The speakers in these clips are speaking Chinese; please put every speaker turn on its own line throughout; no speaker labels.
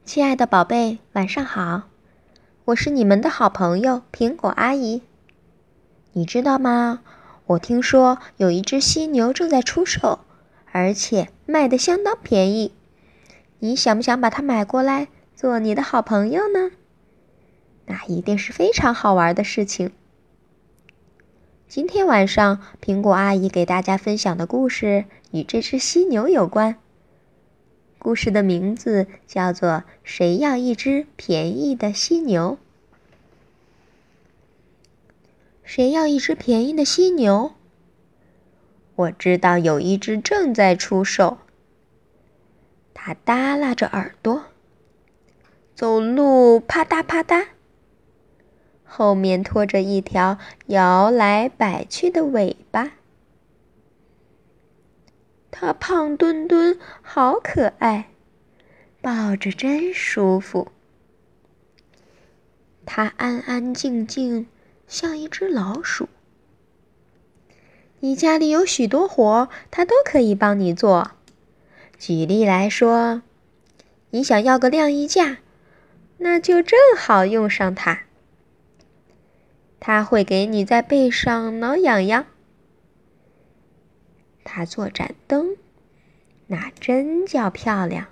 亲爱的宝贝，晚上好，我是你们的好朋友苹果阿姨。你知道吗？我听说有一只犀牛正在出售，而且卖得相当便宜。你想不想把它买过来做你的好朋友呢？那一定是非常好玩的事情。今天晚上，苹果阿姨给大家分享的故事与这只犀牛有关。故事的名字叫做《谁要一只便宜的犀牛》。谁要一只便宜的犀牛？我知道有一只正在出售。它耷拉着耳朵，走路啪嗒啪嗒，后面拖着一条摇来摆去的尾巴。它胖墩墩，好可爱，抱着真舒服。它安安静静，像一只老鼠。你家里有许多活，它都可以帮你做。举例来说，你想要个晾衣架，那就正好用上它。它会给你在背上挠痒痒。它做盏灯，那真叫漂亮。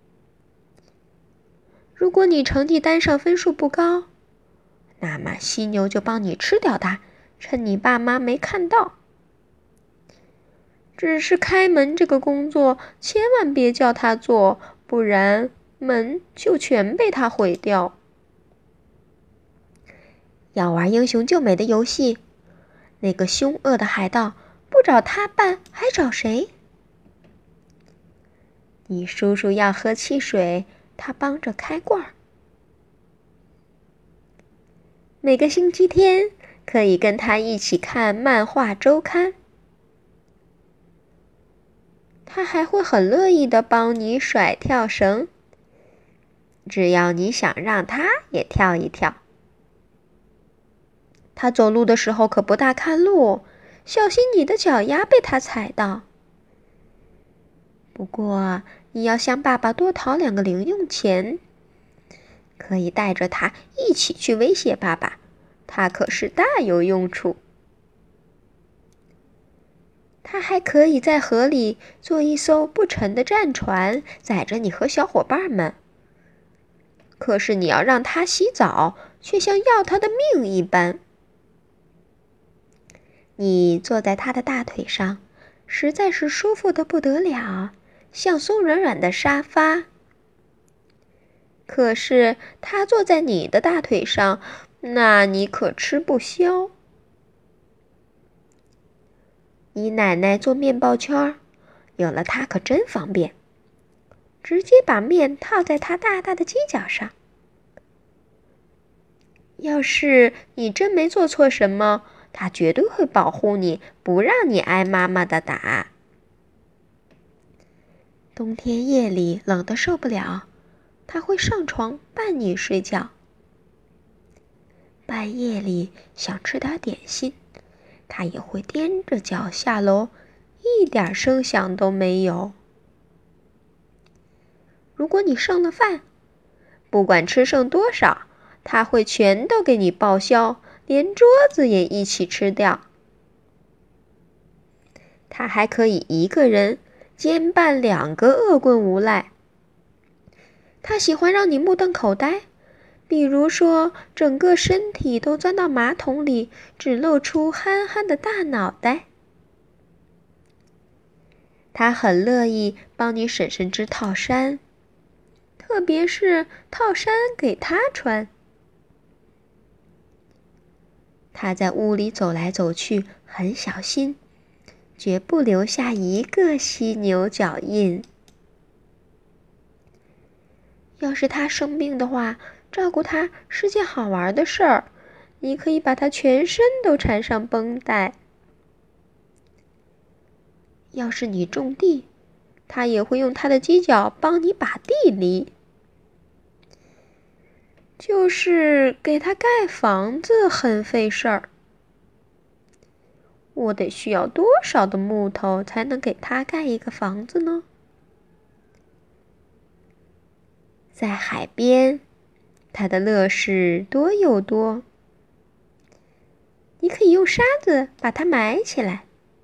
如果你成绩单上分数不高，那么犀牛就帮你吃掉它，趁你爸妈没看到。只是开门这个工作，千万别叫他做，不然门就全被他毁掉。要玩英雄救美的游戏，那个凶恶的海盗不找他办，还找谁？你叔叔要喝汽水，他帮着开罐。每个星期天可以跟他一起看漫画周刊。他还会很乐意地帮你甩跳绳，只要你想让他也跳一跳。他走路的时候可不大看路，小心你的脚丫被他踩到。不过你要向爸爸多讨2个零用钱，可以带着他一起去威胁爸爸，他可是大有用处。他还可以在河里做一艘不沉的战船，载着你和小伙伴们。可是你要让他洗澡，却像要他的命一般。你坐在他的大腿上，实在是舒服得不得了，像松软软的沙发。可是他坐在你的大腿上，那你可吃不消。你奶奶做面包圈，有了它可真方便，直接把面套在它大大的犄角上。要是你真没做错什么，它绝对会保护你，不让你挨妈妈的打。冬天夜里冷得受不了，它会上床伴你睡觉。半夜里想吃点点心，它也会踮着脚下楼，一点声响都没有。如果你剩了饭，不管吃剩多少，它会全都给你报销，连桌子也一起吃掉。它还可以一个人兼办2个恶棍无赖。它喜欢让你目瞪口呆，比如说整个身体都钻到马桶里，只露出憨憨的大脑袋。他很乐意帮你审审织套衫，特别是套衫给他穿。他在屋里走来走去，很小心，绝不留下一个犀牛脚印。要是他生病的话，照顾他是件好玩的事儿，你可以把他全身都缠上绷带。要是你种地，他也会用他的犄角帮你把地犁。就是给他盖房子很费事儿。我得需要多少的木头才能给他盖一个房子呢在海边，它的乐事多又多。你可以用沙子把它埋起来。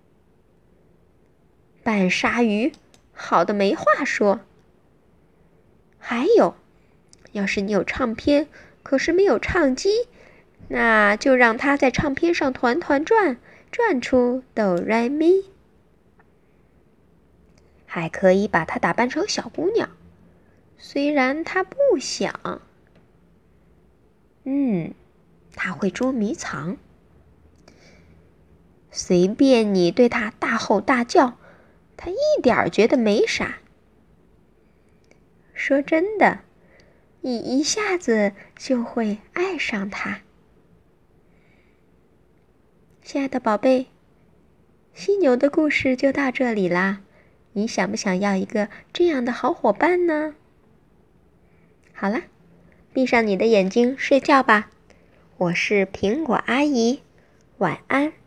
扮鲨鱼好的没话说。还有，要是你有唱片，可是没有唱机，那就让它在唱片上团团转，转出哆来咪。还可以把它打扮成小姑娘，虽然她不想。她会捉迷藏。随便你对她大吼大叫，她一点儿觉得没啥。说真的，你一下子就会爱上她。亲爱的宝贝，犀牛的故事就到这里啦。你想不想要一个这样的好伙伴呢？好啦，闭上你的眼睛睡觉吧。我是苹果阿姨，晚安。